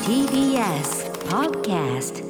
TBS Podcast。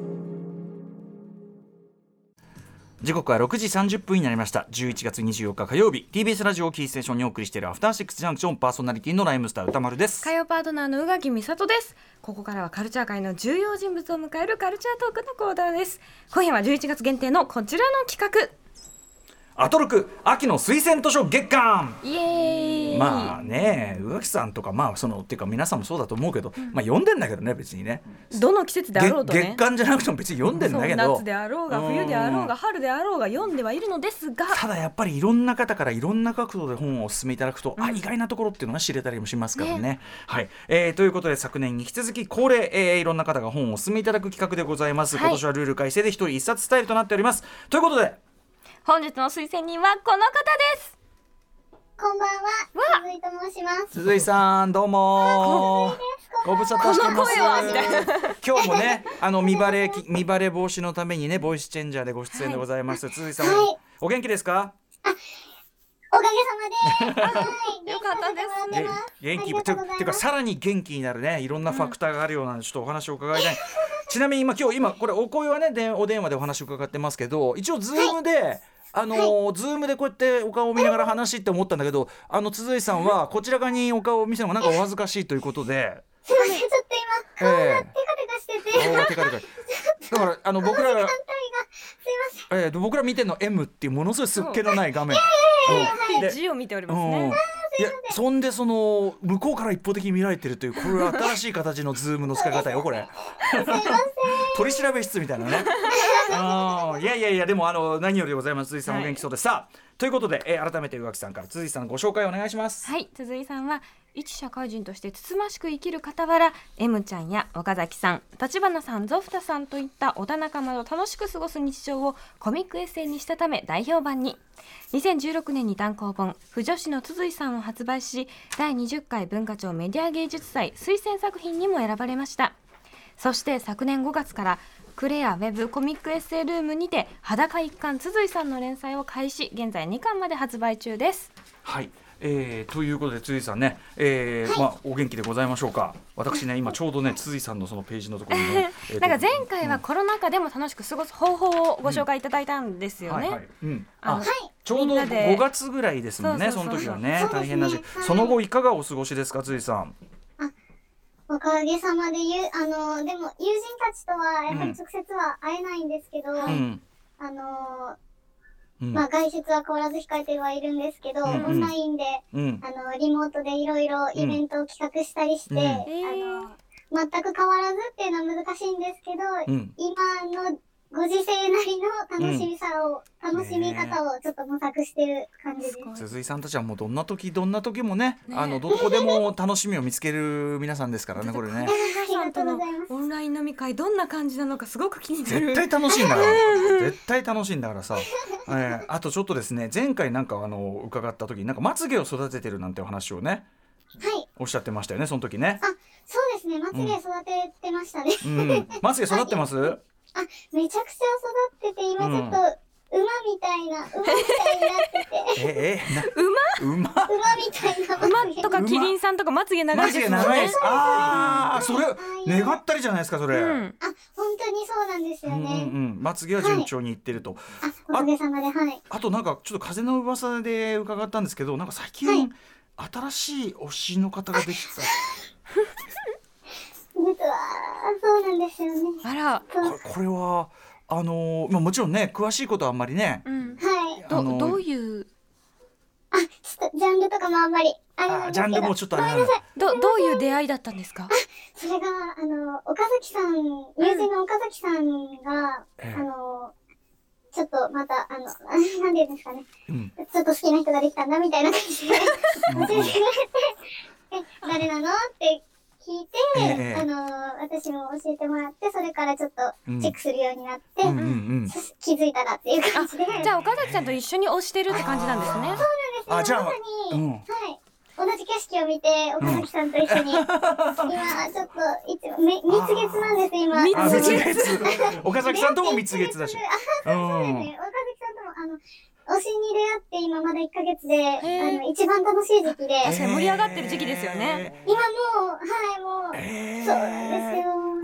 時刻は6時30分になりました。11月24日火曜日、 TBS ラジオキーステーションにお送りしているアフターシックスジャンクション、パーソナリティのライムスター歌丸です。 火曜パートナーの宇垣美里です。ここからはカルチャー界の重要人物を迎えるカルチャートークのコーナーです。今夜は11月限定のこちらの企画、 アトロク秋の推薦図書月間。 イエーイ。 まあね、宇垣さんとかっていうか皆さんもそうだと思うけど、読んでんだけどね、別にね、 どの季節であろうとね、 月間じゃなくても別に読んでんだけど、 夏であろうが冬であろうが春であろうが読んではいるのですが、 ただやっぱりいろんな方からいろんな角度で本をお勧めいただくと、意外なところっていうのが知れたりもしますからね。はい、ということで昨年に引き続き恒例、いろんな方が本をお勧めいただく企画でございます。今年はルール改正で一人一冊スタイルとなっております。ということで本日の推薦人はこの方です。 こんばんは、鈴井と申します。 鈴井さん、どうもご無沙汰してます。 この声はみたいな今日もね、見バレ防止のためにね、ボイスチェンジャーでご出演でございます。鈴井さん、お元気ですか？ おかげさまで、はい、 よかったですね。 元気っていうか、さらに元気になるね、いろんなファクターがあるようなので、ちょっとお話を伺いたい。ちなみに今これお声はね、お電話でお話を伺ってますけど、一応ズームで、ズームでこうやってお顔を見ながら話って思ったんだけど、鈴井さんはこちら側にお顔を見せるのがなんかお恥ずかしいということで、 すいません、ちょっと今顔がテカテカしてて、 顔がテカテカだから僕らがすいません、 僕ら見てるの M っていうものすごいすっ気のない画面で字を見ておりますね。 いや、そんで向こうから一方的に見られてるという、これは新しい形のズームの使い方よ、これ。 すいません。 取り調べ室みたいなね。いやでも何よりでございます。鈴井さん、お元気そうです。さあ、ということで、改めて宇垣さんから鈴井さんのご紹介をお願いします。 はい、鈴井さんは一社会人としてつつましく生きる傍ら、 M ちゃんや岡崎さん、橘さん、ゾフタさんといった小田仲間と楽しく過ごす日常をコミックエッセイにしたため大評判に。2016年に単行本腐女子の鈴井さんを発売し、第20回文化庁メディア芸術祭推薦作品にも選ばれました。そして昨年5月からクレアウェブコミックエッセイルームにて裸一貫鈴井さんの連載を開始、現在2巻まで発売中です。 はい、ということで鈴井さんね、お元気でございましょうか。私ね、今ちょうどね、鈴井さんのそのページのところにね、 なんか前回はコロナ禍でも楽しく過ごす方法をご紹介いただいたんですよね。 ちょうど5月ぐらいですもんね。その時はね、大変な時、その後いかがお過ごしですか、鈴井さん。 おかげさまででも友人たちとはやはり直接は会えないんですけど、外出は変わらず控えてはいるんですけど、オンラインで、リモートでいろいろイベントを企画したりして、全く変わらずっていうのは難しいんですけど、今のご時世なりの楽しみ方をちょっと模索してる感じです。 鈴井さんたちはもうどんな時もね、どこでも楽しみを見つける皆さんですからね、これね。 さんとのオンライン飲み会どんな感じなのかすごく気になる。 絶対楽しいんだから絶対楽しいんだからさ、あとちょっとですね、前回なんか伺った時になんかまつげを育ててるなんてお話をね、おっしゃってましたよね、その時ね。 そうですね、まつげ育ててましたね。 まつげ育ってます？ めちゃくちゃ育ってて、今ちょっと馬みたいになってて。 馬みたいな。 馬とかキリンさんとかまつげ長いですもんね。 それ願ったりじゃないですか、それ。 本当にそうなんですよね。 まつげは順調にいってると。 おかげさまで、はい。 あとなんかちょっと風の噂で伺ったんですけど、なんか最近新しい推しの方ができた。 実はそうなんですよね。 あら、 これはもちろんね、詳しいことはあんまりね、 どういうちょっとジャンルとかもあんまりジャンルもちょっとあれなんだ。 どういう出会いだったんですか？ それが岡崎さん、友人の岡崎さんがちょっとまたなんていうんですかね、ちょっと好きな人ができたんだみたいな感じで教えてくれて、誰なのって聞いて、私も教えてもらって、それからちょっとチェックするようになって、気づいたらっていう感じで。 じゃあ岡崎さんと一緒に推してるって感じなんですね。 そうなんですよ。まさに、同じ景色を見て岡崎さんと一緒に、今ちょっと蜜月なんです今。 蜜月。岡崎さんとも蜜月だし。 そうですね。岡崎さんとも推しに出会って今まだ1ヶ月で一番楽しい時期で、 確かに盛り上がってる時期ですよね。 今もうそうなんですよ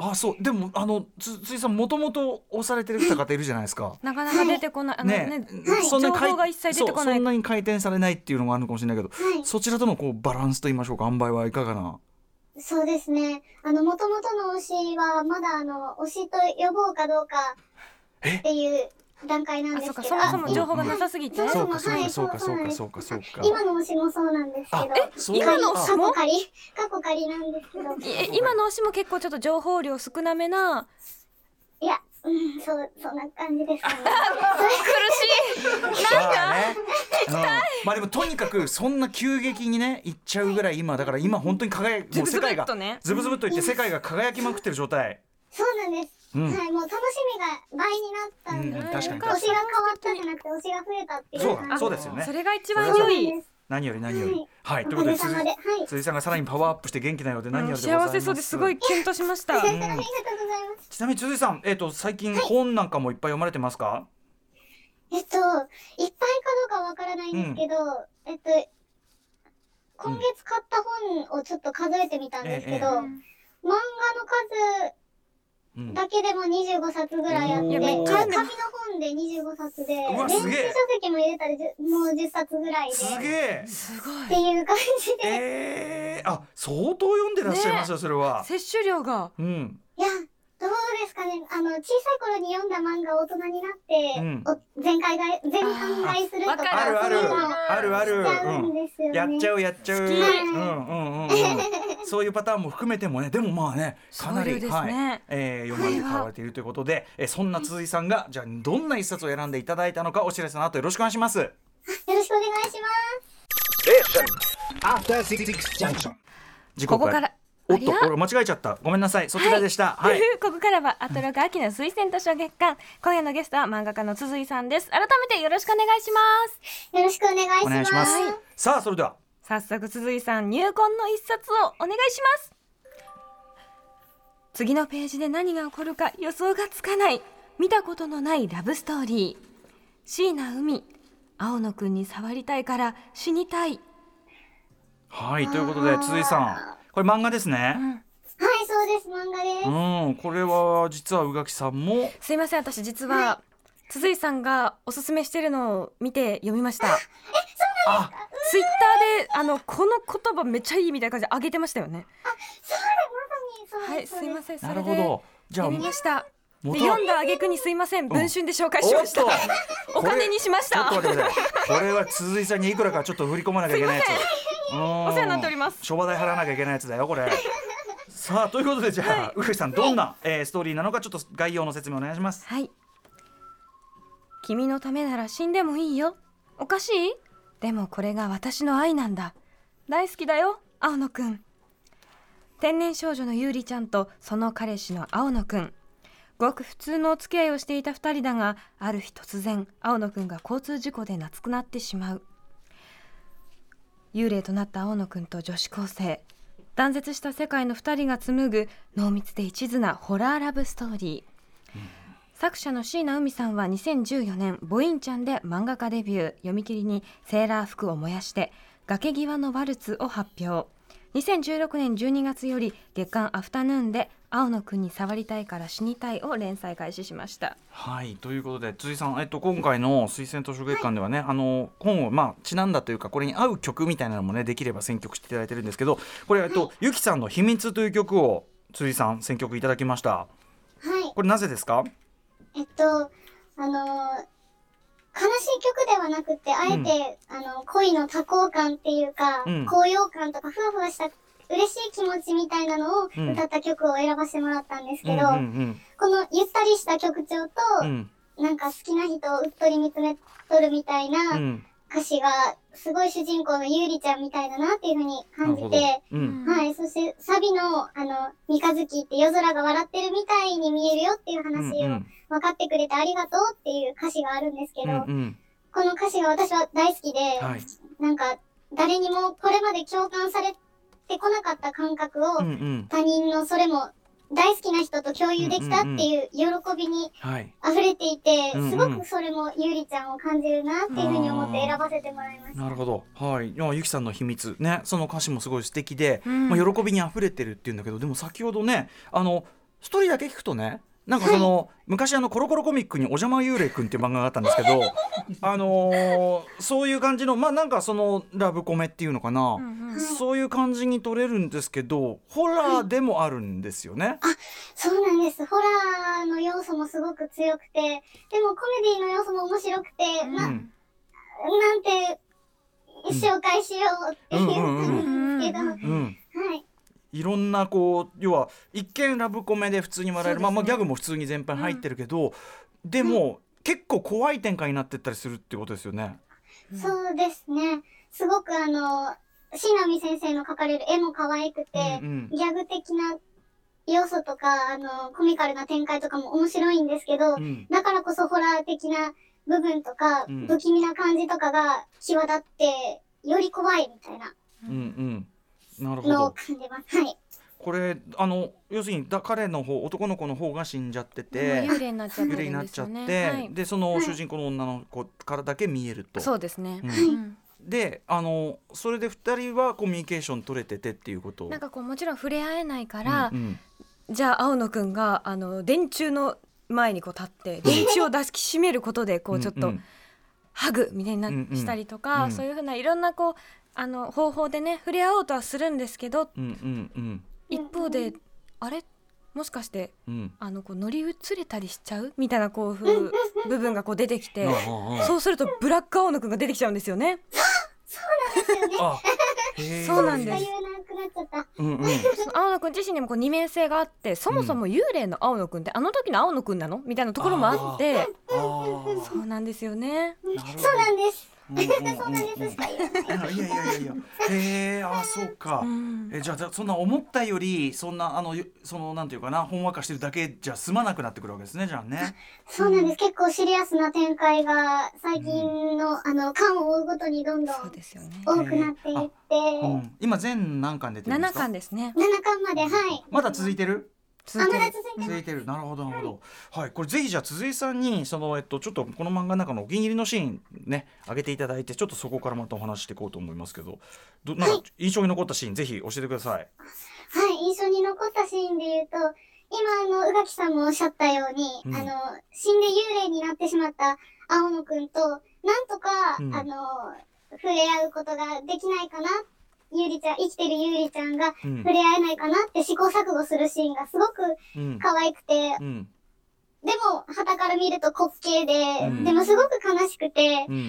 あそうでも辻さんもともと押されてる方いるじゃないですか。 なかなか出てこない、 ね、 情報が一切出てこない。 そんなに回転されないっていうのもあるのかもしれないけど、 はい、 そちらとのこうバランスと言いましょうか、塩梅はいかがな。 そうですね。もともとの推しはまだ推しと呼ぼうかどうかっていう段階なんですけど、 そもそも情報がなさすぎて、 そうか今の推しもそうなんですけど、 今の推しも過去仮なんですけど、 今の推しも結構ちょっと情報量少なめな。 いや、そんな感じですかね。 苦しい。なんか、 まあでもとにかくそんな急激にねいっちゃうぐらい今だから今本当に輝いもう世界がズブズブといって世界が輝きまくってる状態。 そうなんです。はい、もう楽しみが倍になったんで、推しが変わったじゃなくて推しが増えたっていうそうですよね。 それが一番良い。 何よりはい、ということで辻さんがさらにパワーアップして元気なようで何よりでございます。 幸せそうですごいキュンとしました。 ありがとうございます。 ちなみに辻さん、最近本なんかもいっぱい読まれてますか？ いっぱいかどうかわからないんですけど、今月買った本をちょっと数えてみたんですけど、漫画の数だけでも25冊ぐらいあって、紙の本で25冊で、電子書籍も入れたらもう10冊ぐらいで、 すげえっていう感じで、 相当読んでらっしゃいますよ、それは。 摂取量が。 いや、どうですかね。小さい頃に読んだ漫画を大人になって、全巻買いするとか、そういうのをしちゃうんですよね。 やっちゃう。そういうパターンも含めてもね、でもまあね、かなり、読まれて買われているということで、そんな辻さんがじゃあどんな一冊を選んでいただいたのかお知らせの後よろしくお願いします。よろしくお願いします。 ここから俺間違えちゃった。ごめんなさい。そちらでした。はい。 ここからはアトロク秋の推薦図書月間。今夜のゲストは漫画家の辻井さんです。改めてよろしくお願いします。 よろしくお願いします。 さあそれでは早速辻井さん入魂の一冊をお願いします。次のページで何が起こるか予想がつかない見たことのないラブストーリー。椎名海、青野くんに触りたいから死にたい。 はい、ということで辻井さん、これ漫画ですね。 はい、そうです、漫画です。 これは実は宇垣さんも。 すいません、私実は辻井さんがおすすめしてるのを見て読みました。 そうなんですか。 ツイッターでこの言葉めっちゃいいみたいな感じで上げてましたよね。 そうです、まさにそうです。 はい、すいません、そなれでるほど。じゃあ読みました。で読んだ挙句にすいません、文春で紹介しました。お金にしました。 ちょっと待ってください。これは辻井さんにいくらかちょっと振り込まなきゃいけないやつ。 お世話になっております。 商売代払わなきゃいけないやつだよこれ。さあということでじゃあ宇垣さんどんなストーリーなのかちょっと概要の説明お願いします。 はい。君のためなら死んでもいいよ。おかしい？でもこれが私の愛なんだ。大好きだよ、青野くん。天然少女のゆうりちゃんとその彼氏の青野くん。ごく普通のお付き合いをしていた2人だが、ある日突然青野くんが交通事故で亡くなってしまう。幽霊となった青野くんと女子高生、断絶した世界の2人が紡ぐ濃密で一途なホラーラブストーリー。作者の椎名海さんは2014年ボインちゃんで漫画家デビュー。読み切りにセーラー服を燃やして崖際のワルツを発表。2016年12月より月刊アフタヌーンで青野くんに触りたいから死にたいを連載開始しました。 はいということで辻さん、今回の推薦図書月間ではね、本をちなんだというかこれに合う曲みたいなのもねできれば選曲していただいてるんですけど、これゆきさんの秘密という曲を辻さん選曲いただきました。 はい。 これなぜですか？ 悲しい曲ではなくて、あえて、恋の多幸感っていうか、高揚感とかふわふわした嬉しい気持ちみたいなのを歌った曲を選ばせてもらったんですけど、このゆったりした曲調と、なんか好きな人をうっとり見つめとるみたいな歌詞がすごい主人公のゆうりちゃんみたいだなっていう風に感じて、はい、そしてサビの三日月って夜空が笑ってるみたいに見えるよっていう話を分かってくれてありがとうっていう歌詞があるんですけど、この歌詞が私は大好きで、なんか誰にもこれまで共感されてこなかった感覚を他人のそれも大好きな人と共有できたっていう喜びに溢れていて、すごくそれもゆりちゃんを感じるなっていうふうに思って選ばせてもらいました。 なるほど、はい。ゆきさんの秘密ね、その歌詞もすごい素敵で、喜びに溢れてるっていうんだけど、でも先ほどねストーリーだけ聞くとね、なんかその、昔コロコロコミックにお邪魔幽霊くんっていう漫画があったんですけどそういう感じのなんかそのラブコメっていうのかな、そういう感じに撮れるんですけど、ホラーでもあるんですよね。 そうなんです。ホラーの要素もすごく強くて、でもコメディの要素も面白くて、なんて紹介しようっていう感じなんですけど、はい。 いろんな要は一見ラブコメで普通に笑える、ギャグも普通に全般入ってるけど、でも、結構怖い展開になってったりするってことですよね。 そうですね。すごく新浪先生の描かれる絵も可愛くて、ギャグ的な要素とかコミカルな展開とかも面白いんですけど、だからこそホラー的な部分とか、不気味な感じとかが際立ってより怖いみたいななるほどのを感じます。はい。 これ要するに彼の方、男の子の方が死んじゃってて、 幽霊になっちゃってるんですよね。 でその主人公の女の子からだけ見えると。 そうですね。 でそれで2人はコミュニケーション取れててっていうこと。 なんかもちろん触れ合えないから、じゃあ青野くんが電柱の前に立って電柱を抱きしめることでちょっとハグみたいにしたりとか、そういう風ないろんな方法でね触れ合おうとはするんですけど、一方であれもしかして、乗り移れたりしちゃうみたいな部分が出てきてそうするとブラック青野くんが出てきちゃうんですよね。 そうなんですよね。 そうなんです。青野くん自身にも二面性があって、そもそも幽霊の青野くんってあの時の青野くんなのみたいなところもあって、そうなんですよね。 そうなんです。そうなんですしか言えない。 へえ、そうか。じゃあそんな思ったよりそんななんていうかな、ほんわかしてるだけじゃ済まなくなってくるわけですね、じゃあね。 そうなんです。結構シリアスな展開が最近の巻を追うごとにどんどん多くなっていって、 今全何巻出てるんですか？ 7巻ですね。 7巻まで、はい。 まだ続いてる？ まだ続いてる。なるほどなるほど。はい、これぜひじゃあ鈴井さんにちょっとこの漫画の中のお気に入りのシーンね上げていただいて、ちょっとそこからまたお話していこうと思いますけど、なんか印象に残ったシーンぜひ教えてください。 はい、印象に残ったシーンで言うと、今宇垣さんもおっしゃったように、死んで幽霊になってしまった青野くんとなんとか、触れ合うことができないかな、生きてるゆりちゃんが触れ合えないかなって試行錯誤するシーンがすごく可愛くて、でも傍から見ると滑稽で、でもすごく悲しくて、でも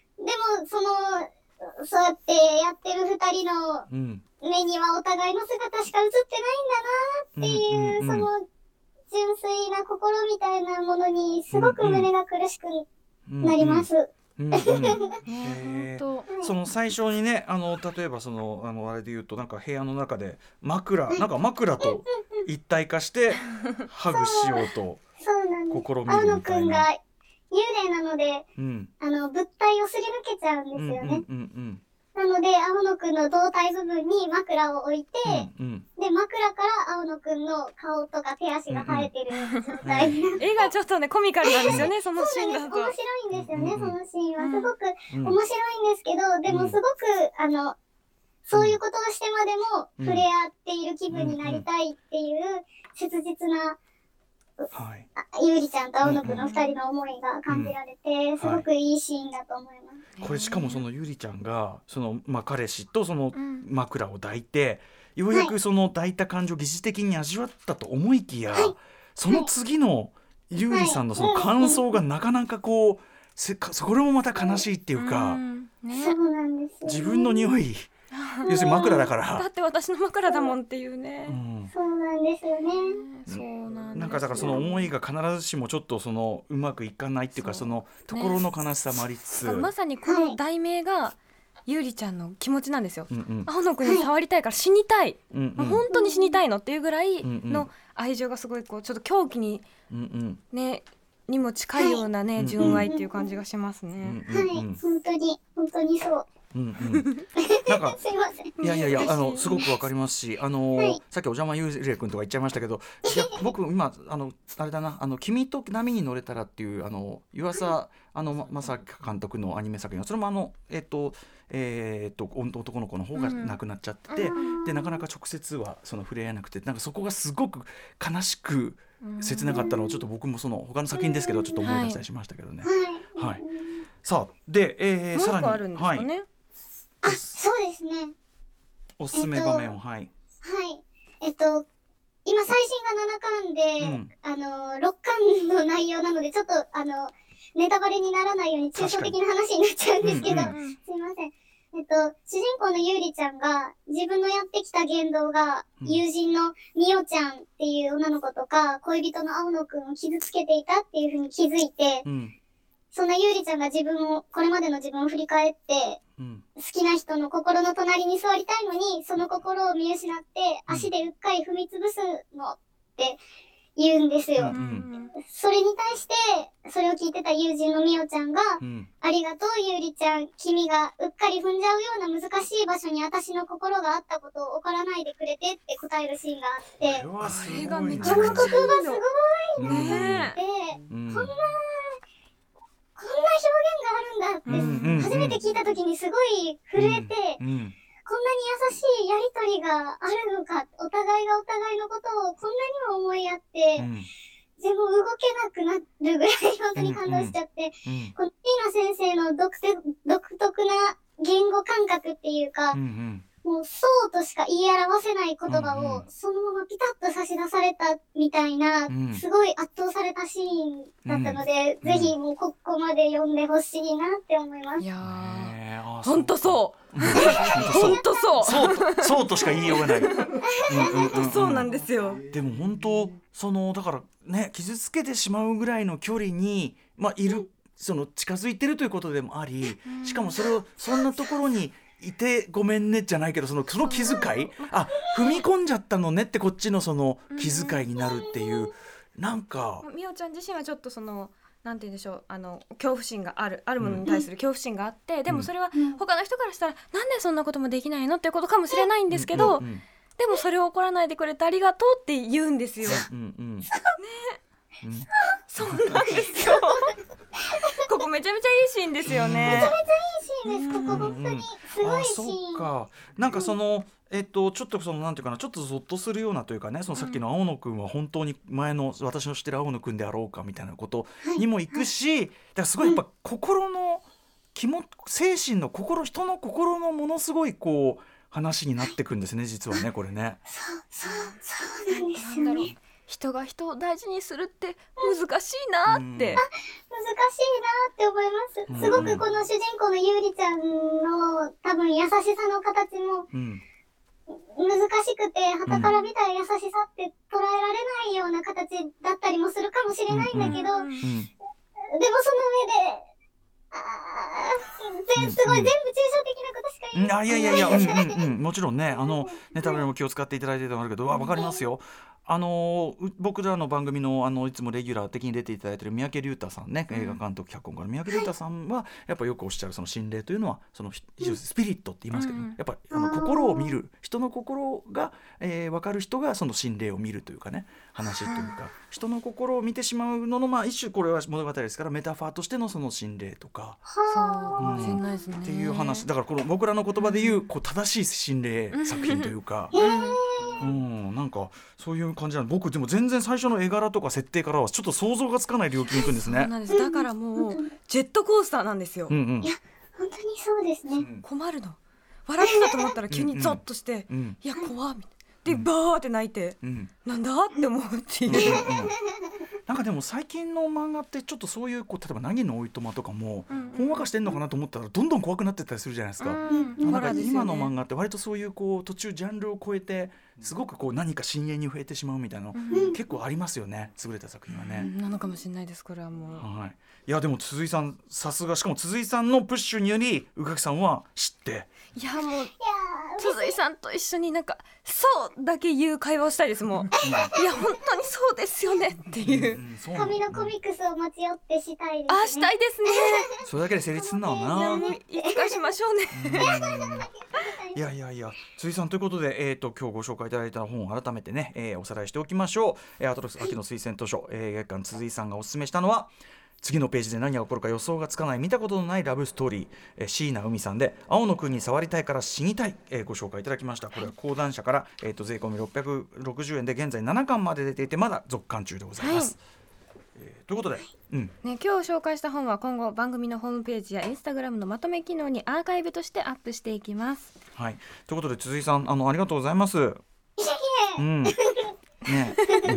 そうやってやってる二人の目にはお互いの姿しか映ってないんだなっていう、その純粋な心みたいなものにすごく胸が苦しくなります。 その最初にね例えばあれで言うと、なんか部屋の中で枕と一体化してハグしようと試みるみたいな。 青野くんが幽霊なので、物体をすり抜けちゃうんですよね。なので青野くんの胴体部分に枕を置いて、で枕から青野くんの顔とか手足が生えてる状態になって、 絵がちょっとねコミカルなんですよねそのシーンだと。 面白いんですよね、そのシーンはすごく面白いんですけど、でもすごくそういうことをしてまでも触れ合っている気分になりたいっていう切実なゆりちゃんと青野くんの2人の思いが感じられて、すごくいいシーンだと思います。 これしかもゆりちゃんが彼氏とその枕を抱いて、ようやくその抱いた感情を疑似的に味わったと思いきや、その次のゆりさんのその感想がなかなかこれもまた悲しいっていうか、 そうなんですよね。 自分の匂い要するに枕だからだって私の枕だもんっていうね、 そうなんですよね。 そうなんです。 なんかだからその思いが必ずしもちょっとうまくいかないっていうか、そのところの悲しさもありつつ、 まさにこの題名がゆりちゃんの気持ちなんですよ。青野くんに触りたいから死にたい、本当に死にたいのっていうぐらいの愛情がすごいちょっと狂気にねにも近いようなね純愛っていう感じがしますね。 はい、本当にそう。 なんかすいません。 いやすごくわかりますし、さっきお邪魔幽霊くんとか言っちゃいましたけど、いや僕今あれだな、君と波に乗れたらっていう湯浅正明監督のアニメ作品、それも男の子の方が亡くなっちゃってて、 でなかなか直接はその触れ合えなくて、なんかそこがすごく悲しく切なかったのをちょっと僕もその他の作品ですけどちょっと思い出したりしましたけどね。はい、さあで、さらにもう一個あるんですかね。 そうですね。 おすすめ場面を、はい。 今最新が7巻で、6巻の内容なのでちょっとネタバレにならないように抽象的な話になっちゃうんですけど、すいません。主人公のゆうりちゃんが自分のやってきた言動が友人のみおちゃんっていう女の子とか恋人の青野くんを傷つけていたっていうふうに気づいて、そんなゆうりちゃんがこれまでの自分を振り返って、好きな人の心の隣に座りたいのに、その心を見失って、足でうっかり踏みつぶすのって言うんですよ。それに対して、それを聞いてた友人のみおちゃんが、ありがとうゆうりちゃん、君がうっかり踏んじゃうような難しい場所に私の心があったことを怒らないでくれてって答えるシーンがあって、 それがめちその言葉すごいなって、こんな表現があるんだって、初めて聞いた時にすごい震えて、こんなに優しいやりとりがあるのか、お互いがお互いのことをこんなにも思い合って、でも動けなくなるぐらい本当に感動しちゃって、このティーナ先生の独特な言語感覚っていうか、もうそうとしか言い表せない言葉をそのままピタッと差し出されたみたいな、すごい圧倒されたシーンだったので、ぜひもうここまで読んでほしいなって思います。 いやー、ほんとそうほんとそうとしか言いようがない。 そうなんですよ。 でも本当だからね、傷つけてしまうぐらいの距離にいる、近づいてるということでもあり、しかもそれをそんなところにいてごめんねじゃないけど、その気遣い、踏み込んじゃったのねってこっちのその気遣いになるっていう、なんかみおちゃん自身はちょっとなんて言うんでしょう、恐怖心があるものに対する恐怖心があって、でもそれは他の人からしたら、なんでそんなこともできないのっていうことかもしれないんですけど、でもそれを怒らないでくれてありがとうって言うんですよ。そうなんですよ。ここめちゃめちゃいいシーンですよね。 めちゃめちゃいいシーンです。ここ本当にすごいシーン。 そうか。なんかちょっとなんていうかな、ちょっとゾッとするようなというかね、さっきの青野くんは本当に前の私の知ってる青野くんであろうかみたいなことにも行くし、だからすごいやっぱ心の精神の人の心のものすごい話になってくんですね、実はね、これね。 そうなんですよね。 人が人を大事にするって難しいなって、難しいなって思います。すごくこの主人公のゆうりちゃんの多分優しさの形も難しくて、傍から見たら優しさって捉えられないような形だったりもするかもしれないんだけど、でもその上ですごい全部抽象的なことしか言えない。 いやもちろんね、ネタバレも気を使っていただいてるのもあるけど、わかりますよ。僕らの番組のいつもレギュラー的に出ていただいている三宅龍太さんね、映画監督脚本家の三宅龍太さんはやっぱよくおっしゃる、その心霊というのはスピリットって言いますけど、やっぱ心を見る人の心が、分かる人がその心霊を見るというかね、話というか人の心を見てしまうのの、一種これは物語ですからメタファーとしてのその心霊とか、っていう話だから、この僕らの言葉で言う正しい心霊作品というか。なんかそういう感じなの。僕でも全然最初の絵柄とか設定からはちょっと想像がつかない領域に行くんですね。 そうなんです。だからもうジェットコースターなんですよ。 いや本当にそうですね。 困るの。笑ってたと思ったら急にゾッとして、いや怖っみたいな。でバーって泣いて、なんだって思うっていう。 なんかでも最近の漫画ってちょっとそういう例えば凪のおいとまとかもほんわかしてんのかなと思ったらどんどん怖くなってったりするじゃないですか。なんか今の漫画って割とそういう途中ジャンルを超えてすごく何か深淵に触れてしまうみたいなの、結構ありますよね、優れた作品はね。 なのかもしれないです、これはもう。 いやでも鈴井さんさすが、しかも鈴井さんのプッシュにより宇垣さんは知って、 いやもう鈴井さんと一緒になんかそうだけ言う会話をしたいですもん。いや本当にそうですよねっていう、 紙のコミックスを持ち寄ってしたいですね。 したいですね。 それだけで成立するんだろうな。 いつかしましょうね。 いや鈴井さんということで、今日ご紹介いただいた本を改めてね、おさらいしておきましょう。アトロス秋の推薦図書、月刊鈴井さんがおすすめしたのは次のページで何が起こるか予想がつかない見たことのないラブストーリー、椎名海さんで青野くんに触りたいから死にたい、ご紹介いただきました。これは講談社から、税込み660円で現在7巻まで出ていてまだ続刊中でございます、ということで、 今日紹介した本は今後番組のホームページやインスタグラムのまとめ機能にアーカイブとしてアップしていきます。 はい、ということで辻井さんありがとうございます。ね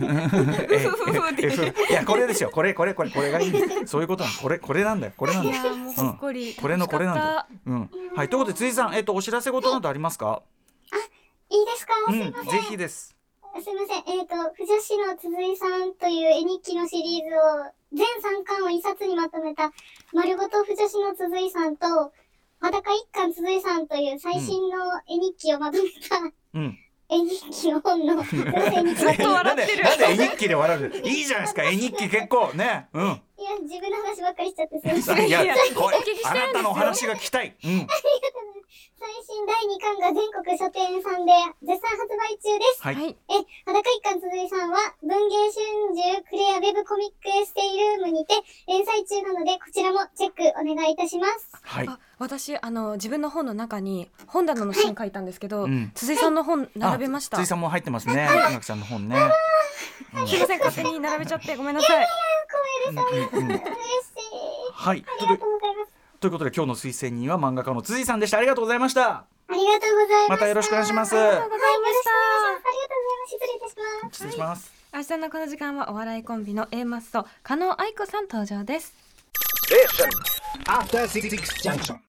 いやこれですよ、これがいいそういうことなんこれなんだよ、これなんだよ、これなんだよ、はい、ということで辻井さん、お知らせ事などありますか？ いいですか？すいません。 ぜひです。 すみません。不女子の辻井さんという絵日記のシリーズを全3巻を一冊にまとめた丸ごと不女子の辻井さんと裸一巻辻井さんという最新の絵日記をまとめた、絵日記の本のずっと笑ってる。なんで絵日記で笑うの？いいじゃないですか、絵日記結構ね。いや自分の話ばっかりしちゃってすみません。 いやあなたのお話が聞きたい。 ありがとうございます。最新第2巻が全国書店さんで絶賛発売中です。 はい。 裸一巻辻井さんは文芸春秋クレアウェブコミックエッセイルームにて連載中なのでこちらもチェックお願いいたします。 はい。 私自分の本の中に本棚のシーン書いたんですけど、辻井さんの本並べました。 辻井さんも入ってますね。稲垣さんの本ね。 すいません、勝手に並べちゃってごめんなさい。 光栄です。嬉しい。 はい。 ありがとうございます。 ということで今日の推薦人は漫画家の辻井さんでした。ありがとうございました。 ありがとうございました。 またよろしくお願いします。 ありがとうございました。 ありがとうございます。失礼いたします。 失礼します。 明日のこの時間はお笑いコンビの A マッソ加納愛子さん登場です。 After 66 junction.